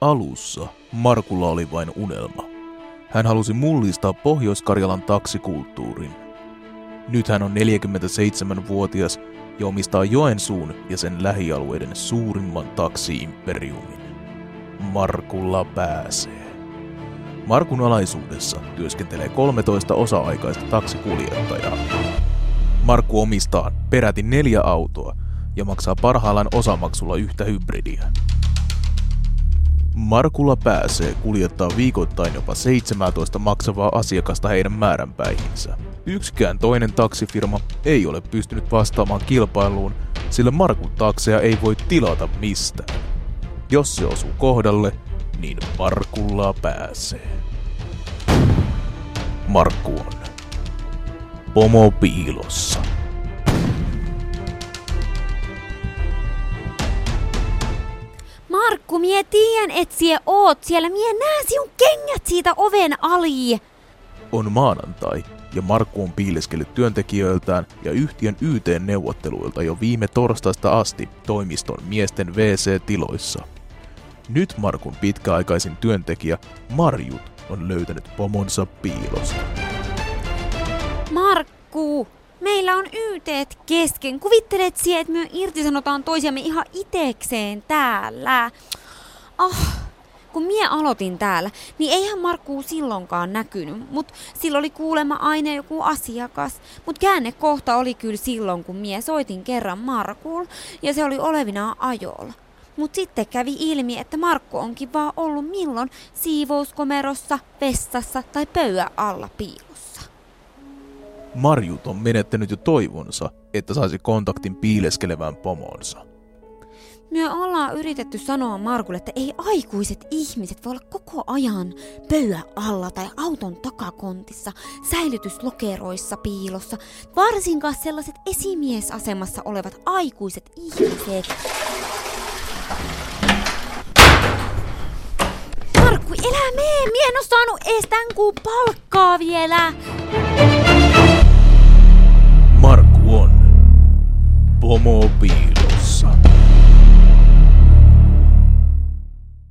Alussa Markulla oli vain unelma. Hän halusi mullistaa Pohjois-Karjalan taksikulttuurin. Nyt hän on 47-vuotias ja omistaa Joensuun ja sen lähialueiden suurimman taksi-imperiumin. Markulla pääsee. Markun alaisuudessa työskentelee 13 osa-aikaista taksikuljettajaa. Markku omistaa peräti 4 autoa ja maksaa parhaillaan osamaksulla yhtä hybridiä. Markulla pääsee kuljettaa viikoittain jopa 17 maksavaa asiakasta heidän määränpäihinsä. Yksikään toinen taksifirma ei ole pystynyt vastaamaan kilpailuun, sillä Markun takseja ei voi tilata mistään. Jos se osuu kohdalle, niin Markulla pääsee. Markku on pomo piilossa. Markku, mie tiedän, et sie oot siellä. Mie nää sinun kengät siitä oven ali. On maanantai ja Markku on piileskellyt työntekijöiltään ja yhtiön YT-neuvotteluilta jo viime torstaista asti toimiston miesten WC-tiloissa. Nyt Markun pitkäaikaisin työntekijä Marjut on löytänyt pomonsa piilosta. Markku, meillä on YT:t kesken. Kuvittelet sie, että me irtisanotaan toisiamme ihan itekseen täällä. Kun mie aloitin täällä, niin eihän Markku silloinkaan näkynyt, mut sillä oli kuulemma aina joku asiakas. Mut käännekohta oli kyllä silloin, kun mie soitin kerran Markuun ja se oli olevinaan ajolla. Mut sitten kävi ilmi, että Markku onkin vaan ollut milloin siivouskomerossa, vessassa tai pöydän alla piilossa. Marjut on menettänyt jo toivonsa, että saisi kontaktin piileskelevään pomoonsa. Me ollaan yritetty sanoa Markulle, että ei aikuiset ihmiset voi olla koko ajan pöydän alla tai auton takakontissa, säilytyslokeroissa piilossa, varsinkaan sellaiset esimiesasemassa olevat aikuiset ihmiset. Markku, elä mene! Mie en oo saanut ees tän kuun palkkaa vielä!